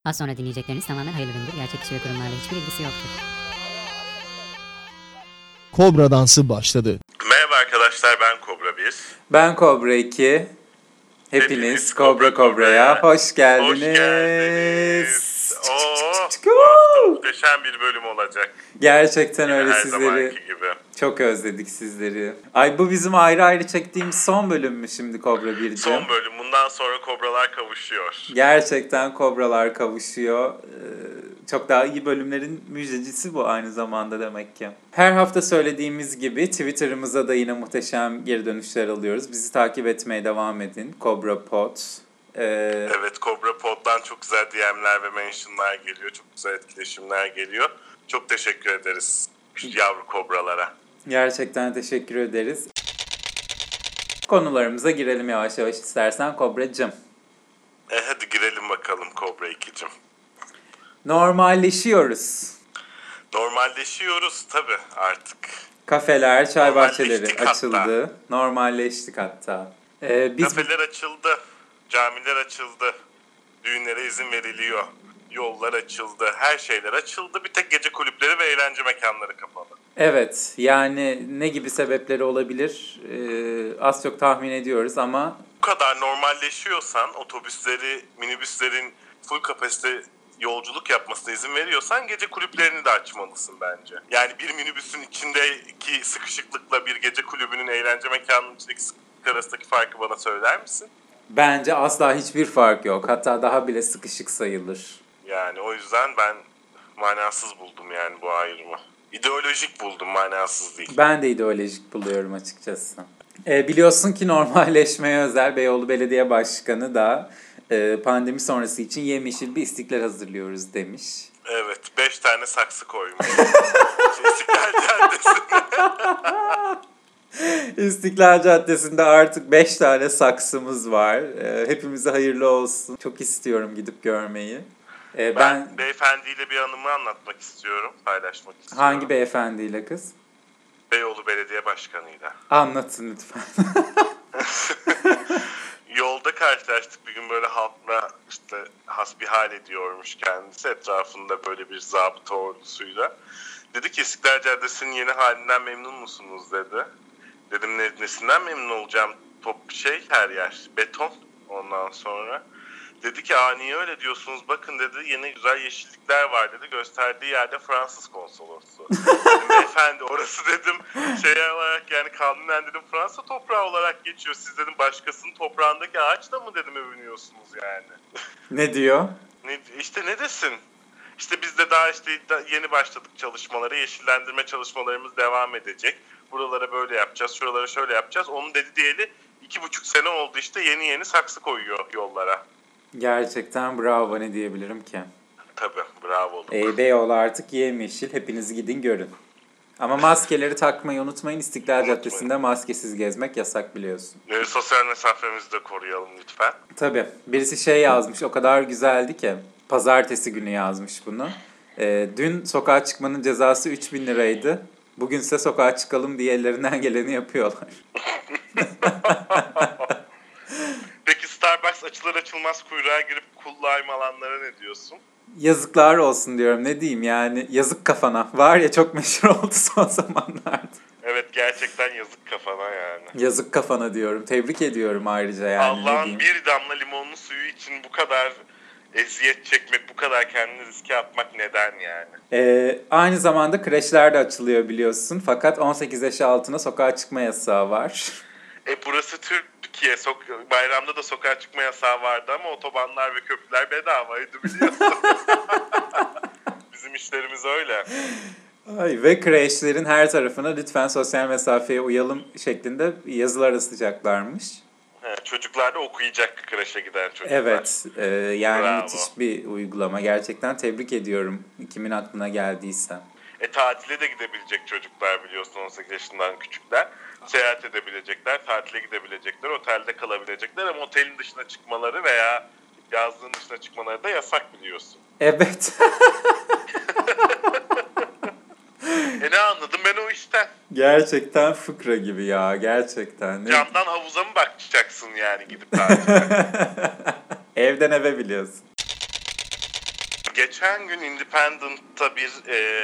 Az sonra dinleyecekleriniz tamamen hayırlı üründür. Gerçek kişi ve kurumlarla hiçbir ilgisi yoktur. Kobra dansı başladı. Merhaba arkadaşlar, ben Kobra 1. Ben Kobra 2. Hepiniz Kobra Kobra'ya hoş geldiniz. Hoş geldiniz. Muhteşem bir bölüm olacak. Gerçekten Yine öyle, her sizleri zamanki gibi. çok özledik sizleri. Ay, bu bizim ayrı ayrı çektiğimiz son bölüm mü şimdi Kobra 1'ciğim? Son bölüm. Bundan sonra kobralar kavuşuyor. Gerçekten kobralar kavuşuyor. Çok daha iyi bölümlerin müjdecisi bu aynı zamanda demek ki. Her hafta söylediğimiz gibi Twitter'ımıza da yine muhteşem geri dönüşler alıyoruz. Bizi takip etmeye devam edin. Kobra Pod. Evet, Kobra Pod'dan çok güzel DM'ler ve mentionlar geliyor. Çok güzel etkileşimler geliyor. Çok teşekkür ederiz yavru kobralara. Gerçekten teşekkür ederiz. Konularımıza girelim yavaş yavaş istersen Kobracığım. Hadi girelim bakalım Kobra 2'cim. Normalleşiyoruz. Normalleşiyoruz tabii artık. Kafeler, çay bahçeleri Normalleştik açıldı. hatta. Normalleştik hatta. Kafeler açıldı, camiler açıldı, düğünlere izin veriliyor, yollar açıldı, her şeyler açıldı. Bir tek gece kulüpleri ve eğlence mekanları kapalı. Evet, yani ne gibi sebepleri olabilir az çok tahmin ediyoruz ama Bu kadar normalleşiyorsan, otobüsleri, minibüslerin full kapasite yolculuk yapmasına izin veriyorsan gece kulüplerini de açmalısın bence. Yani bir minibüsün içindeki sıkışıklıkla bir gece kulübünün eğlence mekanının içindeki sıkışıklık arasındaki farkı bana söyler misin? bence asla hiçbir fark yok. Hatta daha bile sıkışık sayılır. Yani o yüzden ben manasız buldum yani bu ayrımı. İdeolojik buldum, manasız değil. Ben de ideolojik buluyorum açıkçası. Biliyorsun ki normalleşmeye özel Beyoğlu Belediye Başkanı da pandemi sonrası için yemyeşil bir istiklal hazırlıyoruz demiş. Evet, 5 tane saksı koymuş. İstiklal Caddesi'ne. İstiklal Caddesi'nde artık 5 tane saksımız var. Hepimize hayırlı olsun. Çok istiyorum gidip görmeyi. Ben beyefendiyle bir anımı anlatmak istiyorum, paylaşmak istiyorum. Hangi beyefendiyle kız? Beyoğlu Belediye Başkanı'yla. Anlatın lütfen. Yolda karşılaştık bir gün, böyle halkla işte hasbihal ediyormuş kendisi. Etrafında böyle bir zabıta ordusuyla. Dedi ki İstiklal Caddesi'nin yeni halinden memnun musunuz dedi. Dedim nesinden memnun olacağım? Her yer beton ondan sonra. Dedi ki niye öyle diyorsunuz, bakın dedi, yeni güzel yeşillikler var dedi. Gösterdiği yerde Fransız konsolosluğu. Dedim beyefendi orası dedim olarak, yani kanunen dedim Fransa toprağı olarak geçiyor. Siz dedim başkasının toprağındaki ağaçla mı dedim övünüyorsunuz yani. Ne diyor? Ne desin? İşte biz de daha yeni başladık çalışmalara. Yeşillendirme çalışmalarımız devam edecek. Buralara böyle yapacağız, şuralara şöyle yapacağız. Onun dedi diyeli 2,5 sene oldu işte, yeni saksı koyuyor yollara. Gerçekten bravo, ne diyebilirim ki? Tabii, bravo. Beyoğlu artık yemyeşil, hepiniz gidin görün. Ama maskeleri takmayı unutmayın. İstiklal Caddesi'nde maskesiz gezmek yasak biliyorsun. Sosyal mesafemizi de koruyalım lütfen. Tabii. Birisi yazmış, o kadar güzeldi ki. Pazartesi günü yazmış bunu. Dün sokağa çıkmanın cezası 3.000 liraydı. Bugünse sokağa çıkalım diye ellerinden geleni yapıyorlar. Peki Starbucks açılır açılmaz kuyruğa girip kullayım alanlara ne diyorsun? Yazıklar olsun diyorum, ne diyeyim yani, yazık kafana. Var ya, çok meşhur oldu son zamanlarda. Evet, gerçekten yazık kafana yani. Yazık kafana diyorum, tebrik ediyorum ayrıca yani. Allah'ın bir damla limonlu suyu için bu kadar eziyet çekmek, bu kadar kendini riske atmak neden yani? Aynı zamanda kreşler de açılıyor biliyorsun, fakat 18 yaş altına sokağa çıkma yasağı var. Burası Türkiye. Bayramda da sokağa çıkma yasağı vardı ama otobanlar ve köprüler bedavaydı biliyorsun. Bizim işlerimiz öyle. Ay, ve kreşlerin her tarafına lütfen sosyal mesafeye uyalım şeklinde yazılar asacaklarmış. Çocuklar da okuyacak kreşe giden çocuklar. Evet, yani bravo. Müthiş bir uygulama. Gerçekten tebrik ediyorum kimin aklına geldiyse. Tatile de gidebilecek çocuklar biliyorsun, 18 yaşından küçükler. Seyahat edebilecekler, tatile gidebilecekler, otelde kalabilecekler ama otelin dışına çıkmaları veya yazlığın dışına çıkmaları da yasak biliyorsun. Evet. Ne anladım ben o işten? Gerçekten fıkra gibi ya, gerçekten. Camdan havuza mı bakacaksın yani gidip tatile? Evden eve biliyorsun. Geçen gün Independent'ta bir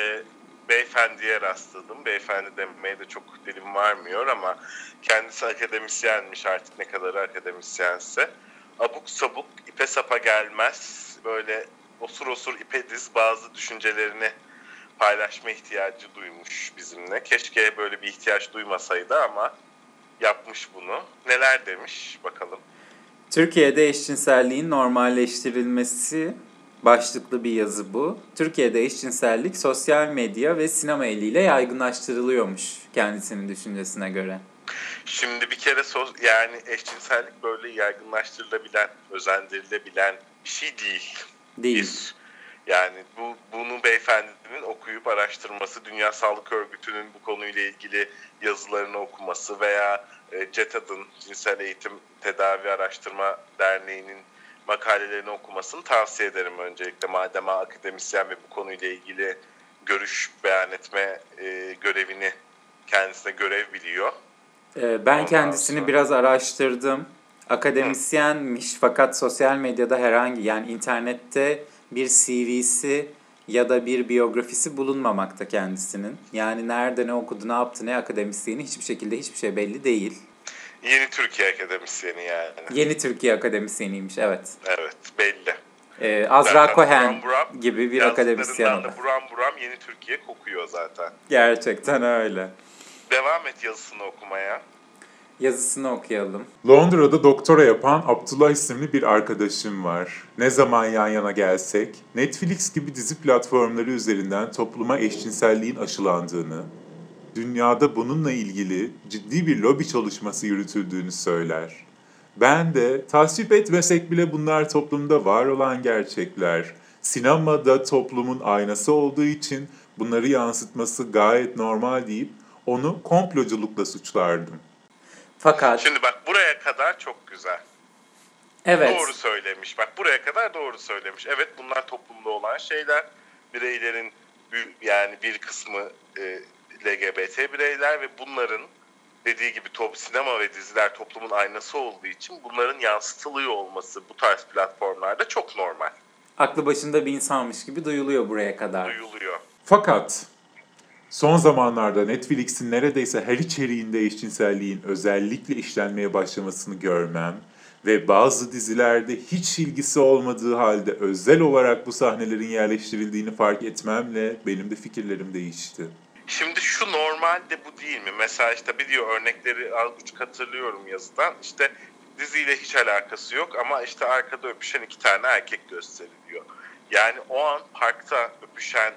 beyefendiye rastladım. Beyefendi demeye de çok dilim varmıyor ama kendisi akademisyenmiş, artık ne kadar akademisyense. Abuk sabuk, ipe sapa gelmez, böyle osur osur ipe diz bazı düşüncelerini paylaşma ihtiyacı duymuş bizimle. Keşke böyle bir ihtiyaç duymasaydı ama yapmış bunu. Neler demiş bakalım. Türkiye'de eşcinselliğin normalleştirilmesi başlıklı bir yazı bu. Türkiye'de eşcinsellik sosyal medya ve sinema eliyle yaygınlaştırılıyormuş kendisinin düşüncesine göre. Şimdi bir kere yani eşcinsellik böyle yaygınlaştırılabilen, özendirilebilen bir şey değil. Değil. Yani bunu beyefendinin okuyup araştırması, Dünya Sağlık Örgütü'nün bu konuyla ilgili yazılarını okuması veya CETAD'ın Cinsel Eğitim Tedavi Araştırma Derneği'nin makalelerini okumasını tavsiye ederim öncelikle. Madem akademisyen ve bu konuyla ilgili görüş beyan etme görevini kendisine görev biliyor. Ben kendisini biraz araştırdım. Akademisyenmiş fakat sosyal medyada herhangi, yani internette bir CV'si ya da bir biyografisi bulunmamakta kendisinin. Yani nerede ne okudu, ne yaptı, ne akademisyeni, hiçbir şekilde hiçbir şey belli değil. Yeni Türkiye akademisyeni yani. Yeni Türkiye akademisyeniymiş, evet. Evet, belli. Azra Cohen gibi bir akademisyen. Yazdıklarından da buram buram Yeni Türkiye kokuyor zaten. Gerçekten öyle. Devam et yazısını okumaya. Yazısını okuyalım. Londra'da doktora yapan Abdullah isimli bir arkadaşım var. Ne zaman yan yana gelsek, Netflix gibi dizi platformları üzerinden topluma eşcinselliğin aşılandığını, dünyada bununla ilgili ciddi bir lobi çalışması yürütüldüğünü söyler. Ben de tasvip etmesek bile bunlar toplumda var olan gerçekler. Sinemada toplumun aynası olduğu için bunları yansıtması gayet normal deyip onu komploculukla suçlardım. Fakat Şimdi bak buraya kadar çok güzel. evet. Doğru söylemiş. Bak buraya kadar doğru söylemiş. Evet bunlar toplumda olan şeyler. Bireylerin yani bir kısmı LGBT bireyler ve bunların dediği gibi sinema ve diziler toplumun aynası olduğu için bunların yansıtılıyor olması bu tarz platformlarda çok normal. Aklı başında bir insanmış gibi duyuluyor buraya kadar. Duyuluyor. Fakat son zamanlarda Netflix'in neredeyse her içeriğinde eşcinselliğin özellikle işlenmeye başlamasını görmem ve bazı dizilerde hiç ilgisi olmadığı halde özel olarak bu sahnelerin yerleştirildiğini fark etmemle benim de fikirlerim değişti. Şimdi şu normalde bu değil mi? Mesela işte bir diyor örnekleri az buçuk hatırlıyorum yazıdan. İşte diziyle hiç alakası yok ama işte arkada öpüşen 2 tane erkek gösteriliyor. Yani o an parkta öpüşen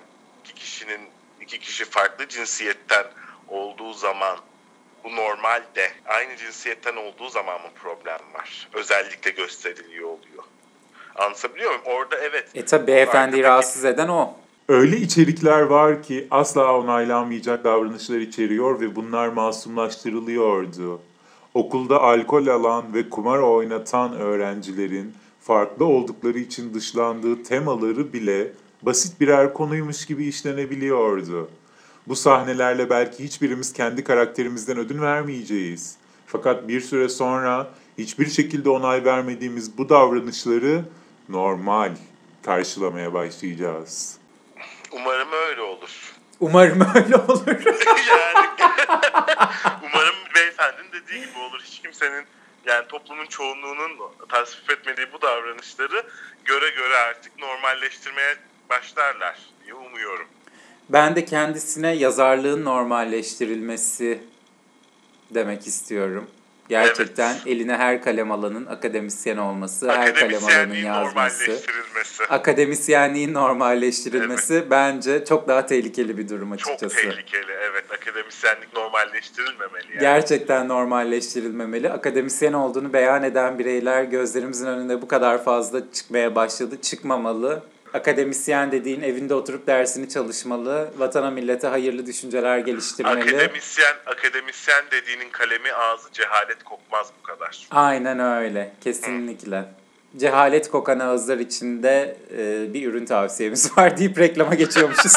iki kişi farklı cinsiyetten olduğu zaman bu normal de aynı cinsiyetten olduğu zaman mı problem var? Özellikle gösteriliyor oluyor. Anlatabiliyor muyum? Orada evet. Tabi beyefendiyi rahatsız eden o. Öyle içerikler var ki asla onaylanmayacak davranışlar içeriyor ve bunlar masumlaştırılıyordu. Okulda alkol alan ve kumar oynatan öğrencilerin farklı oldukları için dışlandığı temaları bile basit birer konuymuş gibi işlenebiliyordu. Bu sahnelerle belki hiçbirimiz kendi karakterimizden ödün vermeyeceğiz. Fakat bir süre sonra hiçbir şekilde onay vermediğimiz bu davranışları normal karşılamaya başlayacağız. Umarım öyle olur. Umarım öyle olur. Yani umarım beyefendinin dediği gibi olur. Hiç kimsenin yani toplumun çoğunluğunun tasvip etmediği bu davranışları göre artık normalleştirmeye başlarlar diye umuyorum. Ben de kendisine yazarlığın normalleştirilmesi demek istiyorum. Gerçekten evet. Eline her kalem alanın akademisyen olması, her kalem alanın yazması, akademisyenliğin normalleştirilmesi evet. Bence çok daha tehlikeli bir durum açıkçası. Çok tehlikeli evet. Akademisyenlik normalleştirilmemeli. Yani. Gerçekten normalleştirilmemeli. Akademisyen olduğunu beyan eden bireyler gözlerimizin önünde bu kadar fazla çıkmaya başladı. Çıkmamalı. Akademisyen dediğin evinde oturup dersini çalışmalı, vatana millete hayırlı düşünceler geliştirmeli. Akademisyen dediğinin kalemi ağzı cehalet kokmaz bu kadar. Aynen öyle, kesinlikle. Cehalet kokan ağızlar içinde bir ürün tavsiyemiz var deyip reklama geçiyormuşuz.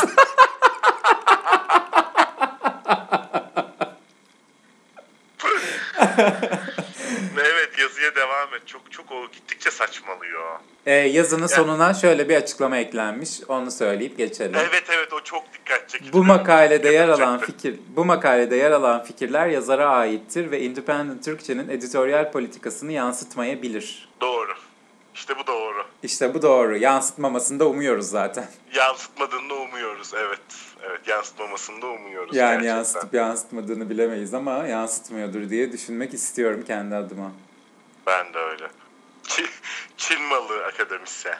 Evet yazıya devam devam et. Çok o gittikçe saçmalıyor. Yazının sonuna şöyle bir açıklama eklenmiş. Onu söyleyip geçelim. Evet, o çok dikkat çekici. Bu makalede yer alan fikirler yazara aittir ve Independent Türkçe'nin editoryal politikasını yansıtmayabilir. Doğru. İşte bu doğru. İşte bu doğru. Yansıtmamasını da umuyoruz zaten. Yansıtmadığını da umuyoruz. Evet, yansıtmamasını da umuyoruz. Yani gerçekten. yansıtıp yansıtmadığını bilemeyiz ama yansıtmıyordur diye düşünmek istiyorum kendi adıma. Ben de öyle. Çin malı akademisyen.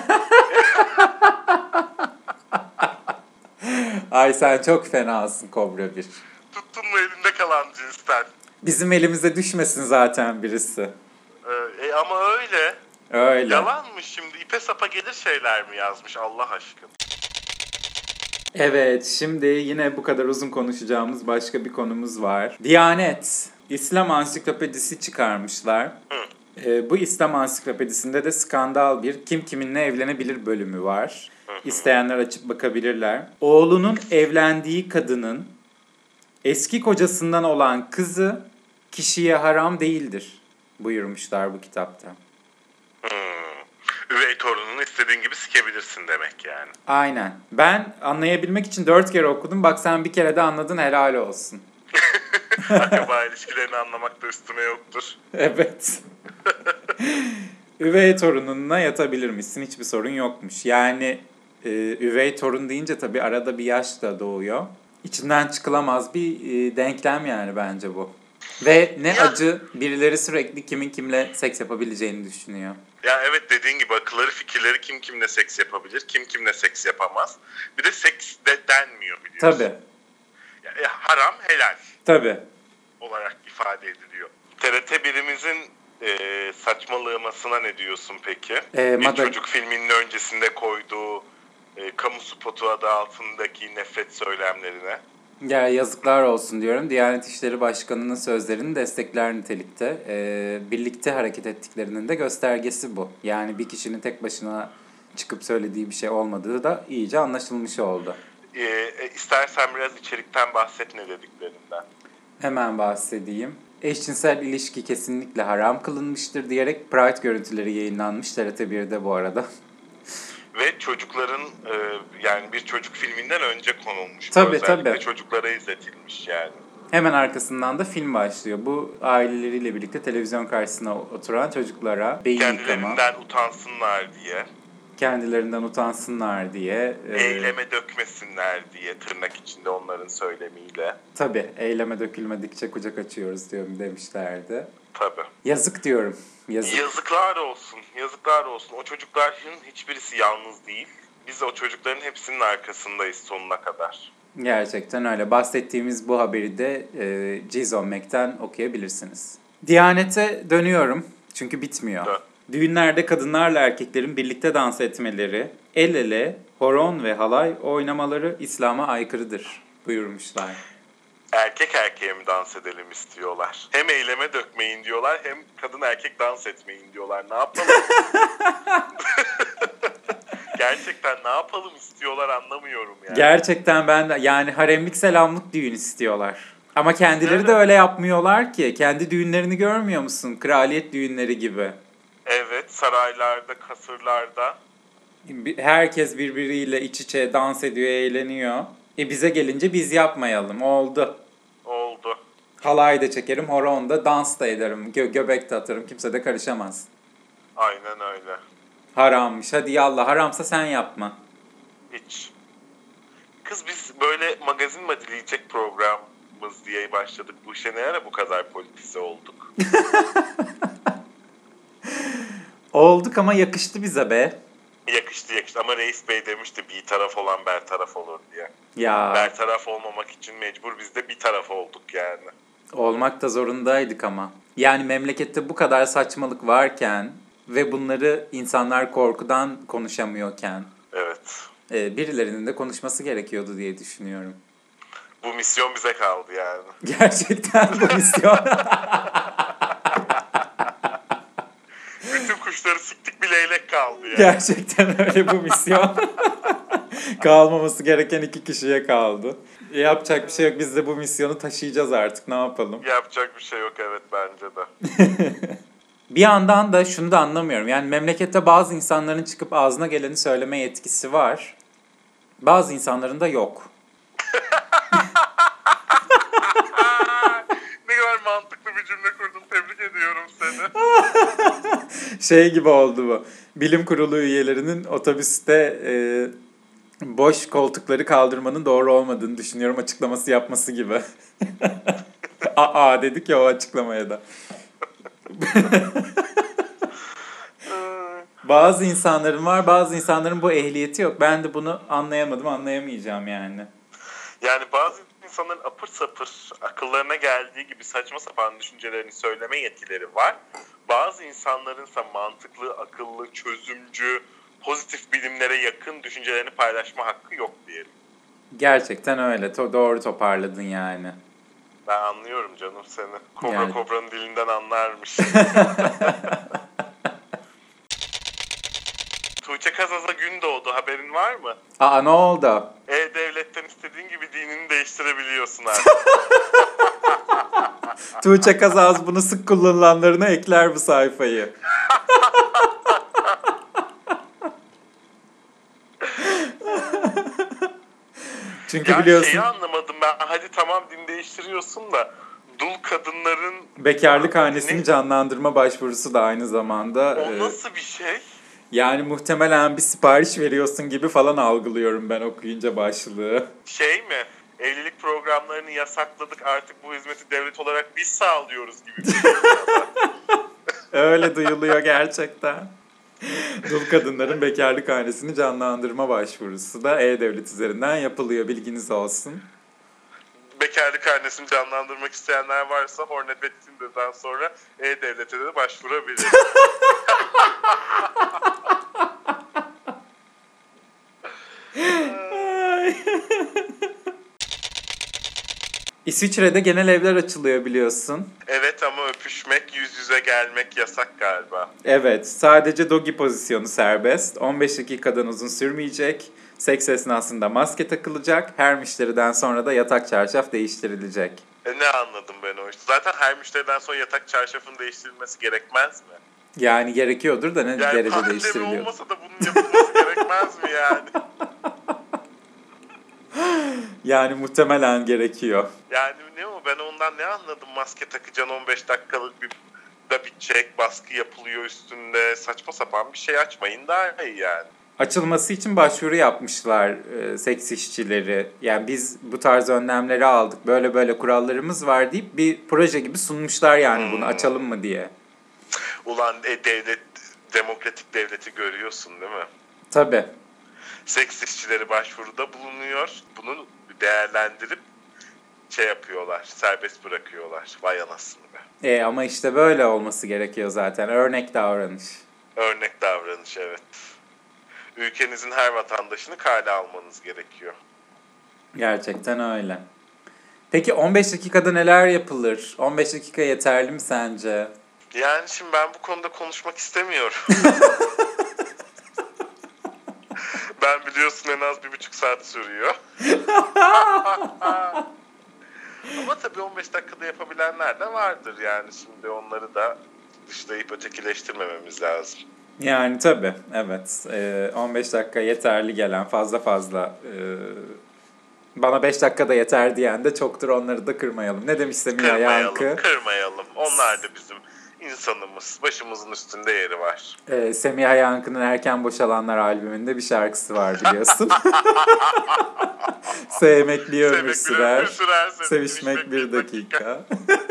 Ay sen çok fenasın Kobra 1. Tuttun mu elinde kalan cinsten. Bizim elimize düşmesin zaten birisi. Ama öyle. Öyle. Yalan mı şimdi? İpe sapa gelir şeyler mi yazmış Allah aşkına? Evet, şimdi yine bu kadar uzun konuşacağımız başka bir konumuz var. Diyanet, İslam Ansiklopedisi çıkarmışlar. Bu İslam Ansiklopedisinde de skandal bir kim kiminle evlenebilir bölümü var. İsteyenler açıp bakabilirler. Oğlunun evlendiği kadının eski kocasından olan kızı kişiye haram değildir buyurmuşlar bu kitapta. Üvey torununu istediğin gibi sikebilirsin demek yani. Aynen. Ben anlayabilmek için 4 kere okudum. Bak sen bir kere de anladın, helal olsun. Akraba ilişkilerini anlamak da üstüne yoktur. Evet. Üvey torununla yatabilirmişsin. Hiçbir sorun yokmuş. Yani üvey torun deyince tabii arada bir yaş da doğuyor. İçinden çıkılamaz bir denklem yani bence bu. Ve ne acı birileri sürekli kimin kimle seks yapabileceğini düşünüyor. Ya evet, dediğin gibi akılları fikirleri kim kimle seks yapabilir, kim kimle seks yapamaz. Bir de seks de denmiyor biliyorsun. Tabii. Haram helal Tabii. olarak ifade ediliyor. TRT birimizin saçmalamasına ne diyorsun peki? Bir çocuk filminin öncesinde koyduğu kamu spotu adı altındaki nefret söylemlerine. Ya yazıklar olsun diyorum. Diyanet İşleri Başkanı'nın sözlerini destekler nitelikte. Birlikte hareket ettiklerinin de göstergesi bu. Yani bir kişinin tek başına çıkıp söylediği bir şey olmadığı da iyice anlaşılmış oldu. İstersen biraz içerikten bahset ne dediklerinden. Hemen bahsedeyim. Eşcinsel ilişki kesinlikle haram kılınmıştır diyerek Pride görüntüleri yayınlanmış TRT1'de bu arada. Ve çocukların yani bir çocuk filminden önce konulmuş. Tabii, özellikle tabii. çocuklara izletilmiş yani. Hemen arkasından da film başlıyor. Bu aileleriyle birlikte televizyon karşısına oturan çocuklara beyin yıkama, Kendilerinden utansınlar diye. kendilerinden utansınlar diye. Eyleme dökmesinler diye tırnak içinde onların söylemiyle. Tabii eyleme dökülmedikçe kucak açıyoruz diyorum demişlerdi. Tabii. Yazık diyorum. Yazık. Yazıklar olsun. Yazıklar olsun. O çocukların hiçbirisi yalnız değil. Biz o çocukların hepsinin arkasındayız sonuna kadar. Gerçekten öyle. Bahsettiğimiz bu haberi de Cizon Mac'ten okuyabilirsiniz. Diyanete dönüyorum. Çünkü bitmiyor. Dön. Düğünlerde kadınlarla erkeklerin birlikte dans etmeleri, el ele, horon ve halay oynamaları İslam'a aykırıdır buyurmuşlar. Erkek erkeğe mi dans edelim istiyorlar? Hem eyleme dökmeyin diyorlar, hem kadın erkek dans etmeyin diyorlar. Ne yapalım? Gerçekten ne yapalım istiyorlar anlamıyorum yani. Gerçekten ben de yani haremlik selamlık düğün istiyorlar. Ama kendileri de öyle yapmıyorlar ki. Kendi düğünlerini görmüyor musun? Kraliyet düğünleri gibi. Evet, saraylarda, kasırlarda. Herkes birbiriyle iç içe dans ediyor, eğleniyor. Bize gelince biz yapmayalım. Oldu. Oldu. Halay da çekerim, horon da, dans da ederim. Göbek de atarım. Kimse de karışamaz. Aynen öyle. Harammış. Hadi yallah. Haramsa sen yapma. Hiç. Kız biz böyle magazin mi dileyecek programımız diye başladık. Bu işe ne ara bu kadar politize olduk? Olduk ama yakıştı bize be. Yakıştı ama Reis Bey demişti bir taraf olan bertaraf olur diye. Ya Bertaraf olmamak için mecbur biz de bir taraf olduk yani. olmak da zorundaydık ama. Yani memlekette bu kadar saçmalık varken ve bunları insanlar korkudan konuşamıyorken Evet. birilerinin de konuşması gerekiyordu diye düşünüyorum. Bu misyon bize kaldı yani. Gerçekten bu misyon. Bütün kuşları siktik bir leylek kaldı yani. Gerçekten öyle bu misyon. Kalmaması gereken 2 kişiye kaldı. Yapacak bir şey yok. Biz de bu misyonu taşıyacağız artık. Ne yapalım? Yapacak bir şey yok evet bence de. Bir yandan da şunu da anlamıyorum. Yani memlekette bazı insanların çıkıp ağzına geleni söyleme yetkisi var. Bazı insanların da yok. Ne kadar mantıklı bir cümle kurdun. Tebrik ediyorum seni. Şey gibi oldu bu. Bilim kurulu üyelerinin otobüste boş koltukları kaldırmanın doğru olmadığını düşünüyorum açıklaması yapması gibi. Aa dedik ya o açıklamaya da. Bazı insanların var, bazı insanların bu ehliyeti yok. Ben de bunu anlayamadım, anlayamayacağım yani. Yani bazı insanların apır sapır akıllarına geldiği gibi saçma sapan düşüncelerini söyleme yetileri var. Bazı insanların ise mantıklı, akıllı, çözümcü, pozitif bilimlere yakın düşüncelerini paylaşma hakkı yok diyelim. Gerçekten öyle. Doğru toparladın yani. Ben anlıyorum canım seni. Kobra Yani. Kobra'nın dilinden anlarmış. Tuğçe Kazaz'a gün doğdu. Haberin var mı? Aa ne oldu? E-Devlet'ten istediğin gibi dinini değiştirebiliyorsun artık. Tuğçe Kazaz bunu sık kullanılanlarına ekler bu sayfayı. Çünkü Ya biliyorsun şeyi anlamadım ben. Hadi tamam din değiştiriyorsun da dul kadınların... bekarlık hanesini canlandırma başvurusu da aynı zamanda. O nasıl bir şey? Yani muhtemelen bir sipariş veriyorsun gibi falan algılıyorum ben okuyunca başlığı. Şey mi? Evlilik programlarını yasakladık artık bu hizmeti devlet olarak biz sağlıyoruz gibi bir şey. Öyle duyuluyor gerçekten. Dul kadınların bekarlık hanesini canlandırma başvurusu da E-Devlet üzerinden yapılıyor, bilginiz olsun. Bekarlık hanesini canlandırmak isteyenler varsa Hornet ve Tinder'dan sonra E-Devlet'e de başvurabilir. İsviçre'de genel evler açılıyor biliyorsun. Evet ama öpüşmek, yüz yüze gelmek yasak galiba. Evet, sadece doggy pozisyonu serbest. 15 dakikadan uzun sürmeyecek. Seks esnasında maske takılacak. Her müşteriden sonra da yatak çarşaf değiştirilecek. Ne anladım ben o işte. Zaten her müşteriden sonra yatak çarşafın değiştirilmesi gerekmez mi? Yani gerekiyordur da ne Yani derece pandemi değiştiriliyor? olmasa da bunun yapılması gerekmez mi yani? Yani muhtemelen gerekiyor. Yani ne o? Ben ondan ne anladım? Maske takacaksın 15 dakikalık bir da bitecek, baskı yapılıyor üstünde. Saçma sapan bir şey açmayın daha iyi yani. Açılması için başvuru yapmışlar seks işçileri. Yani biz bu tarz önlemleri aldık, böyle böyle kurallarımız var deyip bir proje gibi sunmuşlar yani bunu açalım mı diye. Ulan devlet, demokratik devleti görüyorsun değil mi? Tabii. Seks işçileri başvuruda bulunuyor. Bunu değerlendirip şey yapıyorlar, serbest bırakıyorlar. Vay anasını be. Ama işte böyle olması gerekiyor zaten. Örnek davranış. Örnek davranış evet. Ülkenizin her vatandaşını kale almanız gerekiyor. Gerçekten öyle. Peki 15 dakikada neler yapılır? 15 dakika yeterli mi sence? Yani şimdi ben bu konuda konuşmak istemiyorum. Ben biliyorsun en az 1,5 saat sürüyor. Ama tabii 15 dakikada yapabilenler de vardır yani. Şimdi onları da dışlayıp ötekileştirmememiz lazım. Yani tabii, evet. 15 dakika yeterli gelen fazla bana 5 dakikada yeter diyen de çoktur, onları da kırmayalım. Ne demiş Semiha Yankı? Kırmayalım. Onlar da bizim insanımız. Başımızın üstünde yeri var. Semiha Yankı'nın Erken Boşalanlar albümünde bir şarkısı var biliyorsun. Sevmek bir ömür sürer, sevişmek bir dakika.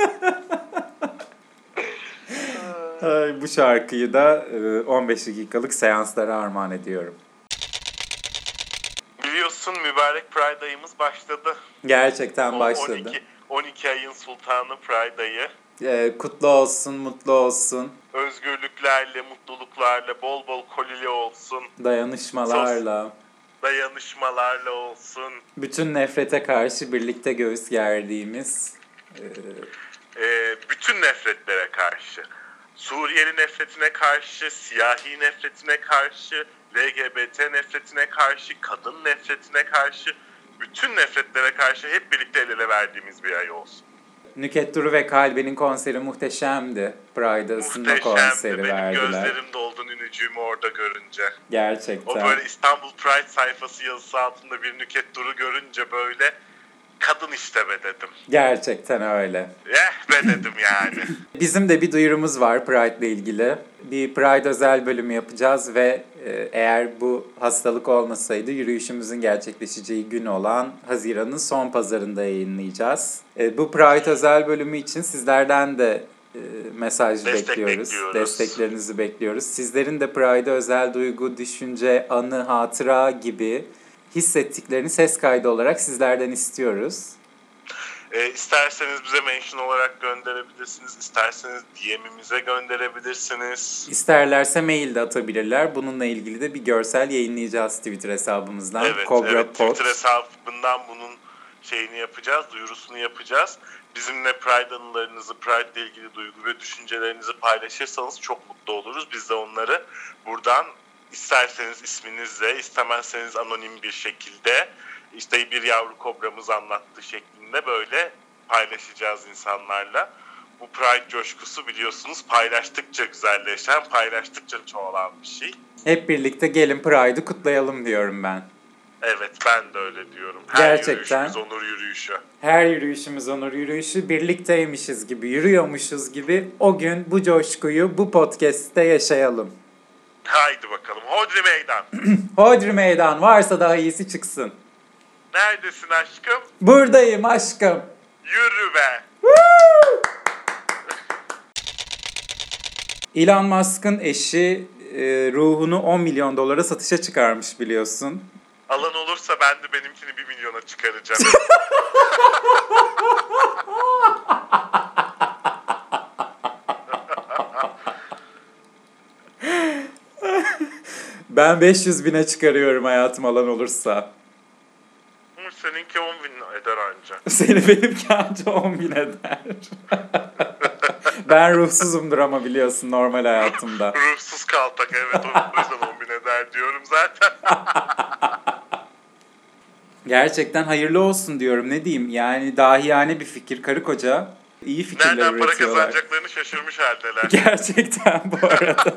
Ay, bu şarkıyı da 15 dakikalık seanslara armağan ediyorum. Biliyorsun mübarek Pride ayımız başladı. Gerçekten başladı. 12 ayın sultanı Pride ayı. Kutlu olsun, mutlu olsun. Özgürlüklerle, mutluluklarla, bol bol kolili olsun. Dayanışmalarla olsun. Bütün nefrete karşı birlikte göğüs gerdiğimiz. Bütün nefretlere karşı. Suriyeli nefretine karşı, siyahi nefretine karşı, LGBT nefretine karşı, kadın nefretine karşı, bütün nefretlere karşı hep birlikte el ele verdiğimiz bir ay olsun. Nüket Duru ve Kalbe'nin konseri muhteşemdi. Pride'da ısınma konseri Benim verdiler. gözlerim doldu Nünücüğümü orada görünce. Gerçekten. O böyle İstanbul Pride sayfası yazısı altında bir Nüket Duru görünce böyle kadın işte be dedim. Gerçekten öyle. Be dedim yani. Bizim de bir duyurumuz var Pride ile ilgili. Bir Pride özel bölümü yapacağız ve eğer bu hastalık olmasaydı yürüyüşümüzün gerçekleşeceği gün olan Haziran'ın son pazarında yayınlayacağız. Bu Pride özel bölümü için sizlerden de mesaj bekliyoruz. Desteklerinizi bekliyoruz. Sizlerin de Pride'e özel duygu, düşünce, anı, hatıra gibi hissettiklerini ses kaydı olarak sizlerden istiyoruz. İsterseniz bize mention olarak gönderebilirsiniz. İsterseniz DM'imize gönderebilirsiniz. İsterlerse mail de atabilirler. Bununla ilgili de bir görsel yayınlayacağız Twitter hesabımızdan. Evet, Twitter hesabından bunun şeyini yapacağız, duyurusunu yapacağız. Bizimle Pride anılarınızı, Pride ile ilgili duygu ve düşüncelerinizi paylaşırsanız çok mutlu oluruz. Biz de onları buradan isterseniz isminizle, istemezseniz anonim bir şekilde işte bir yavru kobramız anlattığı şeklinde böyle paylaşacağız insanlarla. Bu Pride coşkusu biliyorsunuz paylaştıkça güzelleşen, paylaştıkça çoğalan bir şey. Hep birlikte gelin Pride'ı kutlayalım diyorum ben. Evet, ben de öyle diyorum. Her Gerçekten. yürüyüşümüz onur yürüyüşü. Her yürüyüşümüz onur yürüyüşü, birlikteymişiz gibi, yürüyormuşuz gibi o gün bu coşkuyu bu podcast'te yaşayalım. Haydi bakalım. Hodri meydan. Hodri meydan, varsa daha iyisi çıksın. Neredesin aşkım? Buradayım aşkım. Yürü be. Elon Musk'ın eşi ruhunu 10 milyon dolara satışa çıkarmış biliyorsun. Alan olursa ben de benimkini 1 milyona çıkaracağım. Ben 500 bine çıkarıyorum hayatım alan olursa. Seninki 10 bin eder anca. Seni benimki anca 10 bin eder. Ben ruhsuzumdur ama biliyorsun normal hayatımda. Ruhsuz kaltak, evet, o yüzden 10 bin eder diyorum zaten. Gerçekten hayırlı olsun diyorum, ne diyeyim, yani dahiyane bir fikir, karı koca iyi fikirler Nereden para üretiyorlar. kazanacaklarını şaşırmış haldeler. Gerçekten bu arada.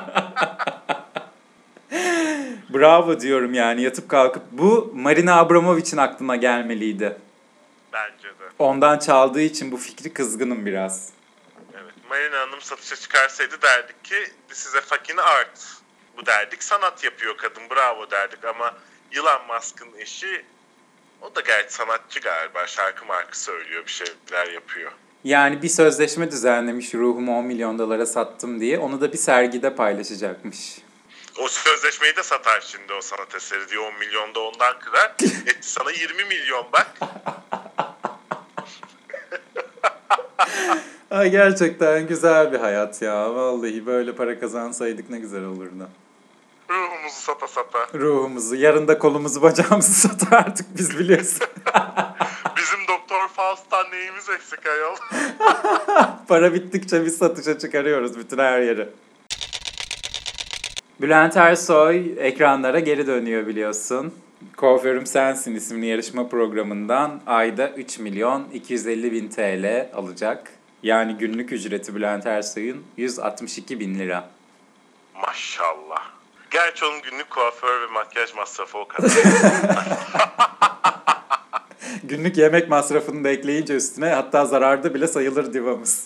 Bravo diyorum yani, yatıp kalkıp bu Marina Abramovich'in aklına gelmeliydi. Bence de. Ondan çaldığı için bu fikri kızgınım biraz. Evet. Marina Hanım satışa çıkarsaydı derdik ki this is a fucking art. Bu derdik sanat yapıyor kadın, bravo derdik, ama Elon Musk'ın eşi, o da gerçi sanatçı galiba, şarkı markı söylüyor, bir şeyler yapıyor. Yani bir sözleşme düzenlemiş ruhumu 10 milyon dolara sattım diye, onu da bir sergide paylaşacakmış. O sözleşmeyi de satar şimdi o sanat eseri diye, 10 milyon da ondan kırar. Etti sana 20 milyon bak. Ay gerçekten güzel bir hayat ya. Vallahi böyle para kazansaydık ne güzel olurdu. Ruhumuzu sata sata. Ruhumuzu, yarın da kolumuzu bacağımızı satardık biz, biliyorsun. Bizim Doktor Faust'tan neyimiz eksik ayol? Para bittikçe biz satışa çıkarıyoruz bütün her yeri. Bülent Ersoy ekranlara geri dönüyor biliyorsun. Kuaförüm Sensin isimli yarışma programından ayda 3 milyon 250 bin TL alacak. Yani günlük ücreti Bülent Ersoy'un 162 bin lira. Maşallah. Gerçi onun günlük kuaför ve makyaj masrafı o kadar. Günlük yemek masrafını da ekleyince üstüne, hatta zararda bile sayılır divamız.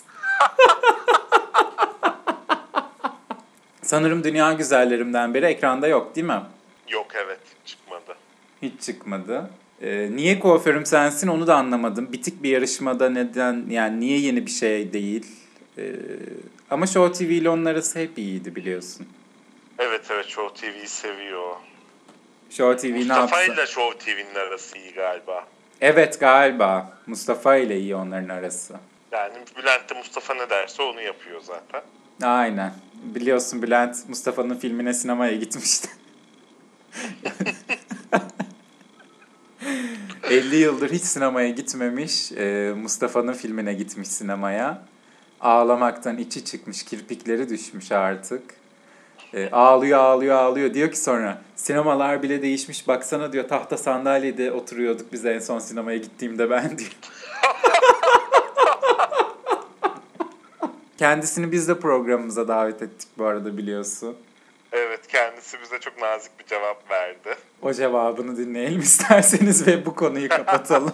Sanırım dünya güzellerimden beri ekranda yok değil mi? Yok, evet, çıkmadı. Hiç çıkmadı. Niye Kuaförüm Sensin onu da anlamadım. Bitik bir yarışmada neden, yani niye yeni bir şey değil? Ama Show TV ile onun arası hep iyiydi biliyorsun. Evet, Show TV'yi seviyor. Show TV ne Mustafa yapsın? ile Show TV'nin arası iyi galiba. Evet galiba. Mustafa ile iyi onların arası. Yani Bülent de Mustafa ne derse onu yapıyor zaten. Aynen. Biliyorsun Bülent Mustafa'nın filmine sinemaya gitmişti. 50 yıldır hiç sinemaya gitmemiş. Mustafa'nın filmine gitmiş sinemaya. Ağlamaktan içi çıkmış, kirpikleri düşmüş artık. Ağlıyor. Diyor ki sonra, sinemalar bile değişmiş. Baksana diyor, tahta sandalyede oturuyorduk biz en son sinemaya gittiğimde ben diyor. Kendisini biz de programımıza davet ettik bu arada, biliyorsun. Evet, kendisi bize çok nazik bir cevap verdi. O cevabını dinleyelim isterseniz ve bu konuyu kapatalım.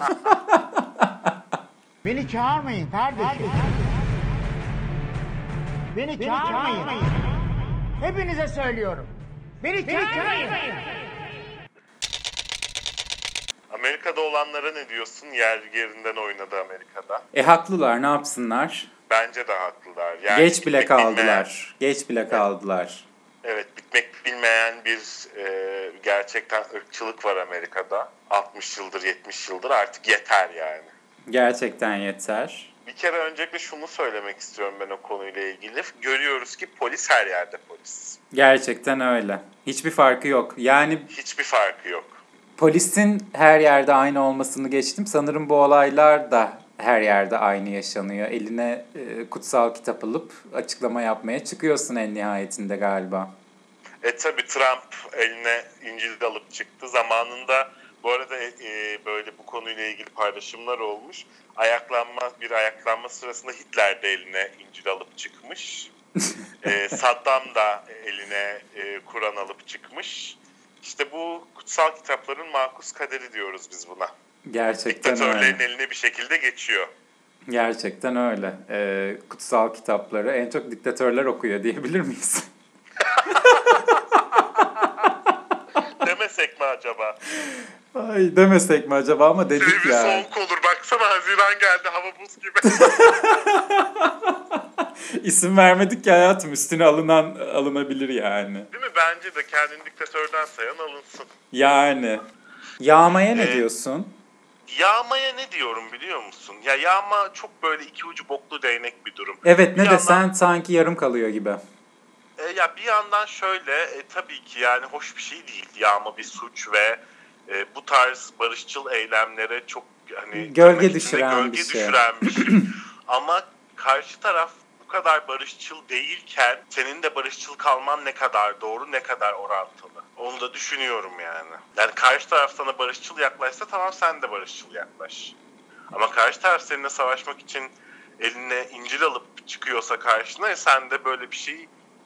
Beni çağırmayın kardeşim. Beni çağırmayın. Hepinize söylüyorum. Beni çağırmayın. Amerika'da olanlara ne diyorsun? Yerinden oynadı Amerika'da. Haklılar, ne yapsınlar? Bence de haklılar. Yani Geç bile bitmek kaldılar. Geç bile kaldılar. Evet, bitmek bilmeyen bir gerçekten ırkçılık var Amerika'da. 60 yıldır, 70 yıldır artık yeter yani. Gerçekten yeter. Bir kere öncelikle şunu söylemek istiyorum ben o konuyla ilgili. Görüyoruz ki polis her yerde polis. Gerçekten öyle. Hiçbir farkı yok. Yani Hiçbir farkı yok. polisin her yerde aynı olmasını geçtim. Sanırım bu olaylar da her yerde aynı yaşanıyor. Eline kutsal kitap alıp açıklama yapmaya çıkıyorsun en nihayetinde galiba. Tabii Trump eline İncil'i alıp çıktı. Zamanında bu arada böyle bu konuyla ilgili paylaşımlar olmuş. Ayaklanma sırasında Hitler de eline İncil alıp çıkmış. Saddam da eline Kur'an alıp çıkmış. İşte bu kutsal kitapların makus kaderi diyoruz biz buna. Gerçekten Diktatörlerin öyle. eline bir şekilde geçiyor. Gerçekten öyle. Kutsal kitapları en çok diktatörler okuyor diyebilir miyiz? Demesek mi acaba? Ay, demesek mi acaba, ama dedik Şöyle bir ya. soğuk olur. Baksana Haziran geldi, hava buz gibi. İsim vermedik ki hayatım, üstüne alınabilir yani. Değil mi? Bence de kendini diktatörden sayan alınsın. Yani. Yağmaya ne diyorsun? Yağmaya ne diyorum biliyor musun? Ya yağma çok böyle iki ucu boklu değnek bir durum. Evet, ne Bir desen sanki yarım kalıyor gibi. Ya bir yandan şöyle tabii ki yani hoş bir şey değil. Yağma bir suç ve bu tarz barışçıl eylemlere çok hani Gölge düşüren bir şey. Ama karşı taraf bu kadar barışçıl değilken senin de barışçıl kalman ne kadar doğru, ne kadar orantılı. Onu da düşünüyorum yani. Yani karşı taraf sana barışçıl yaklaşsa tamam, sen de barışçıl yaklaş. Ama karşı taraf seninle savaşmak için eline İncil alıp çıkıyorsa karşına sen de böyle bir şey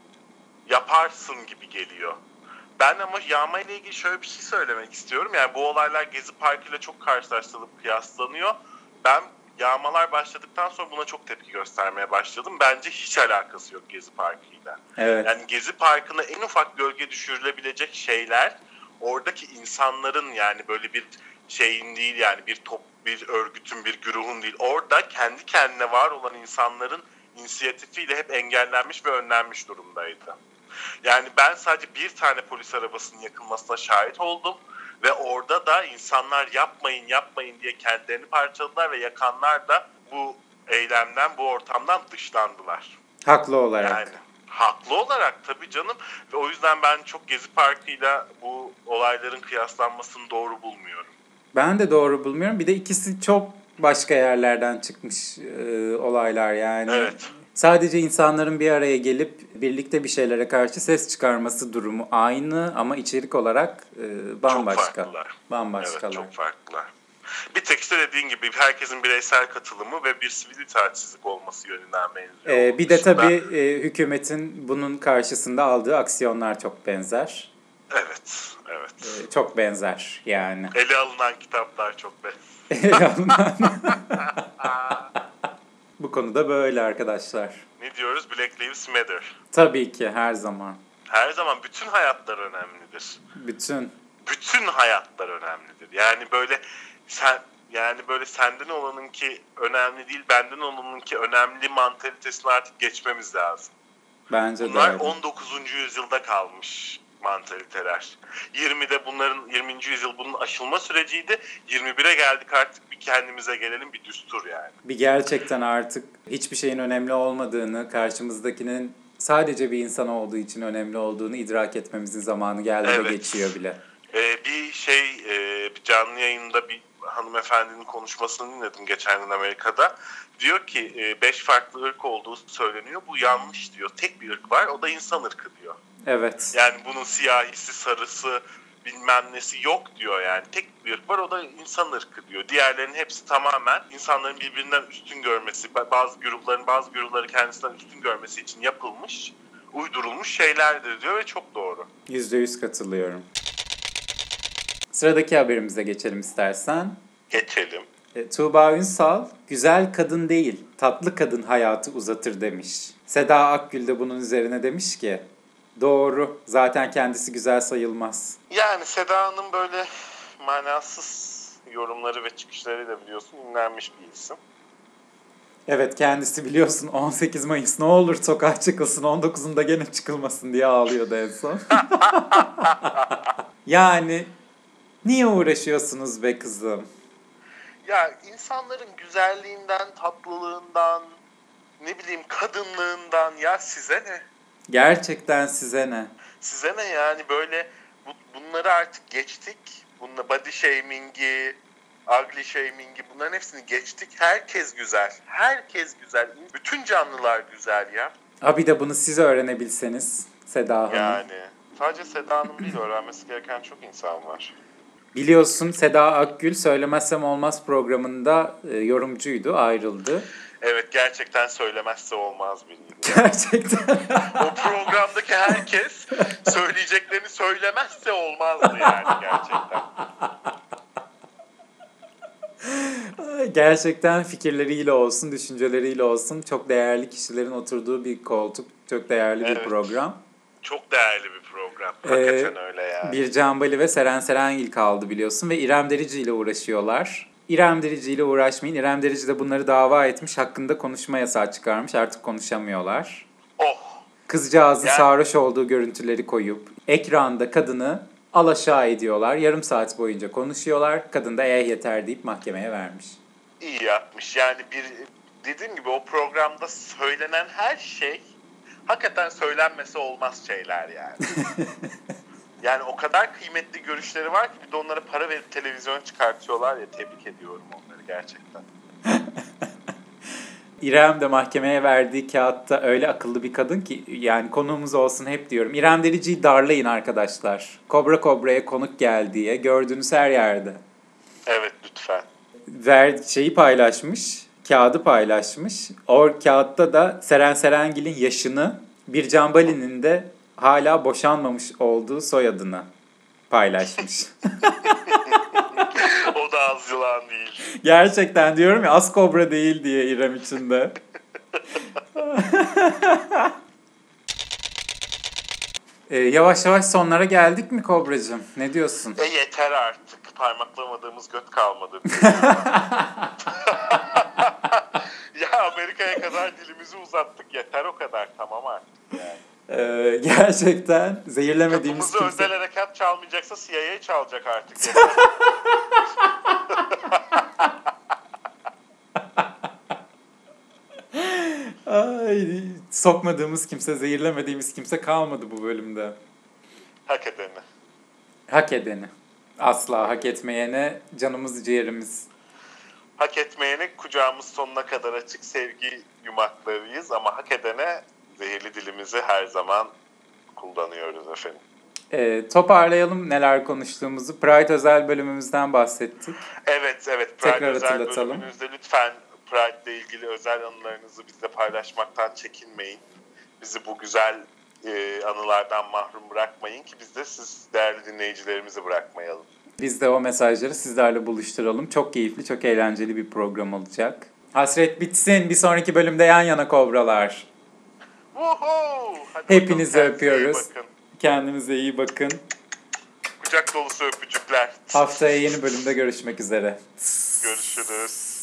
yaparsın gibi geliyor. Ben ama yağma ile ilgili şöyle bir şey söylemek istiyorum. Yani bu olaylar Gezi Parkı ile çok karşılaştırılıp kıyaslanıyor. Ben yağmalar başladıktan sonra buna çok tepki göstermeye başladım. Bence hiç alakası yok Gezi Parkı ile. Evet. Yani Gezi Parkı'na en ufak gölge düşürülebilecek şeyler oradaki insanların, yani böyle bir şeyin değil, yani bir örgütün, bir güruhun değil. Orada kendi kendine var olan insanların inisiyatifiyle hep engellenmiş ve önlenmiş durumdaydı. Yani ben sadece bir tane polis arabasının yakılmasına şahit oldum ve orada da insanlar yapmayın diye kendilerini parçaladılar ve yakanlar da bu eylemden, bu ortamdan dışlandılar. Haklı olarak. Yani haklı olarak tabii canım, ve o yüzden ben çok Gezi Parkı'yla bu olayların kıyaslanmasını doğru bulmuyorum. Ben de doğru bulmuyorum. Bir de ikisi çok başka yerlerden çıkmış olaylar yani. Evet. Sadece insanların bir araya gelip birlikte bir şeylere karşı ses çıkarması durumu aynı ama içerik olarak bambaşka. Çok farklılar. Bambaşkalar. Evet, çok farklılar. Bir tek işte dediğin gibi herkesin bireysel katılımı ve bir sivil itaatsizlik olması yönünden benziyor. Bir de tabii hükümetin bunun karşısında aldığı aksiyonlar çok benzer. Evet. Çok benzer yani. Ele alınan kitaplar çok benzer. Bu konuda böyle arkadaşlar. Ne diyoruz? Black Lives Matter. Tabii ki her zaman. Her zaman bütün hayatlar önemlidir. Bütün hayatlar önemlidir. Yani böyle senden olanınki önemli değil, benden olanınki önemli mantalitesini artık geçmemiz lazım. Bence de Bunlar öyle. 19. yüzyılda kalmış mantaliteler. 20. yüzyıl bunun aşılma süreciydi. 21'e geldik, artık bir kendimize gelelim, bir düstur yani. Bir gerçekten artık hiçbir şeyin önemli olmadığını, karşımızdakinin sadece bir insan olduğu için önemli olduğunu idrak etmemizin zamanı geldi ve geçiyor bile. Bir canlı yayında bir hanımefendinin konuşmasını dinledim geçen gün Amerika'da. Diyor ki 5 farklı ırk olduğu söyleniyor. Bu yanlış diyor. Tek bir ırk var, o da insan ırkı diyor. Evet. Yani bunun siyahisi, sarısı, bilmem nesi yok diyor yani. Tek bir ırk var, o da insan ırkı diyor. Diğerlerinin hepsi tamamen insanların birbirinden üstün görmesi, bazı grupları kendisinden üstün görmesi için yapılmış, uydurulmuş şeylerdir diyor ve çok doğru. %100 katılıyorum. Sıradaki haberimize geçelim istersen. Geçelim. Tuğba Ünsal, güzel kadın değil, tatlı kadın hayatı uzatır demiş. Seda Akgül de bunun üzerine demiş ki, doğru, zaten kendisi güzel sayılmaz. Yani Seda'nın böyle manasız yorumları ve çıkışlarıyla biliyorsun ünlenmiş bir isim. Evet, kendisi biliyorsun 18 Mayıs ne olur sokağa çıkılsın, 19'unda gene çıkılmasın diye ağlıyordu en son. Yani niye uğraşıyorsunuz be kızım? Ya insanların güzelliğinden, tatlılığından, ne bileyim kadınlığından, ya size ne? Gerçekten size ne? Size ne yani, böyle bunları artık geçtik. Bununla body shaming'i, ugly shaming'i, bunların hepsini geçtik. Herkes güzel. Herkes güzel. Bütün canlılar güzel ya. Ha bir de bunu siz öğrenebilseniz Seda Hanım. Yani sadece Seda Hanım değil, öğrenmesi gereken çok insan var. Biliyorsun Seda Akgül Söylemezsem Olmaz programında yorumcuydu, ayrıldı. Evet, gerçekten söylemezse olmaz biriydi. Gerçekten. O programdaki herkes söyleyeceklerini söylemezse olmazdı yani gerçekten. Gerçekten fikirleriyle olsun, düşünceleriyle olsun çok değerli kişilerin oturduğu bir koltuk, çok değerli bir program. Çok değerli bir program. Hakikaten öyle yani. Bircan Bali ve Seren Serengil kaldı biliyorsun ve İrem Derici ile uğraşıyorlar. İrem Derici ile uğraşmayın. İrem Derici de bunları dava etmiş. Hakkında konuşma yasağı çıkarmış. Artık konuşamıyorlar. Oh. Kızcağızın sarhoş olduğu görüntüleri koyup ekranda kadını alaşağı ediyorlar. Yarım saat boyunca konuşuyorlar. Kadın da yeter deyip mahkemeye vermiş. İyi yapmış. Yani dediğim gibi o programda söylenen her şey hakikaten söylenmesi olmaz şeyler yani. Yani o kadar kıymetli görüşleri var ki bir de onlara para verip televizyona çıkartıyorlar ya, tebrik ediyorum onları gerçekten. İrem de mahkemeye verdiği kağıtta öyle akıllı bir kadın ki yani konuğumuz olsun hep diyorum. İrem Derici'yi darlayın arkadaşlar. Kobra Kobra'ya konuk geldiği gördüğünüz her yerde. Evet, lütfen. Şeyi paylaşmış, kağıdı paylaşmış. O kağıtta da Seren Serengil'in yaşını, Bircan Bali'nin de hala boşanmamış olduğu soyadını paylaşmış. O da az yılan değil. Gerçekten diyorum ya, az kobra değil diye İrem içinde. Yavaş yavaş sonlara geldik mi Kobracığım? Ne diyorsun? Yeter artık. Parmaklamadığımız göt kalmadı. Ya Amerika'ya kadar dilimizi uzattık. Yeter o kadar. Tamam artık yani. Gerçekten zehirlemediğimiz Kapımızı kimse... özel harekat çalmayacaksa CIA çalacak artık. Ay, sokmadığımız kimse, zehirlemediğimiz kimse kalmadı bu bölümde. Hak edeni. Hak edeni. Asla hak etmeyene canımız ciğerimiz. Hak etmeyene kucağımız sonuna kadar açık, sevgi yumaklarıyız ama hak edene zehirli dilimizi her zaman kullanıyoruz efendim. Toparlayalım neler konuştuğumuzu. Pride özel bölümümüzden bahsettik. Evet. Tekrar Pride özel hatırlatalım. bölümünüzde lütfen Pride ile ilgili özel anılarınızı bizle paylaşmaktan çekinmeyin. Bizi bu güzel anılardan mahrum bırakmayın ki biz de siz değerli dinleyicilerimizi bırakmayalım. Biz de o mesajları sizlerle buluşturalım. Çok keyifli, çok eğlenceli bir program olacak. Hasret bitsin. Bir sonraki bölümde yan yana kobralar. Woohoo! Hepinizi öpüyoruz. Kendinize iyi bakın. Kucak dolusu öpücükler. Haftaya yeni bölümde görüşmek üzere. Görüşürüz.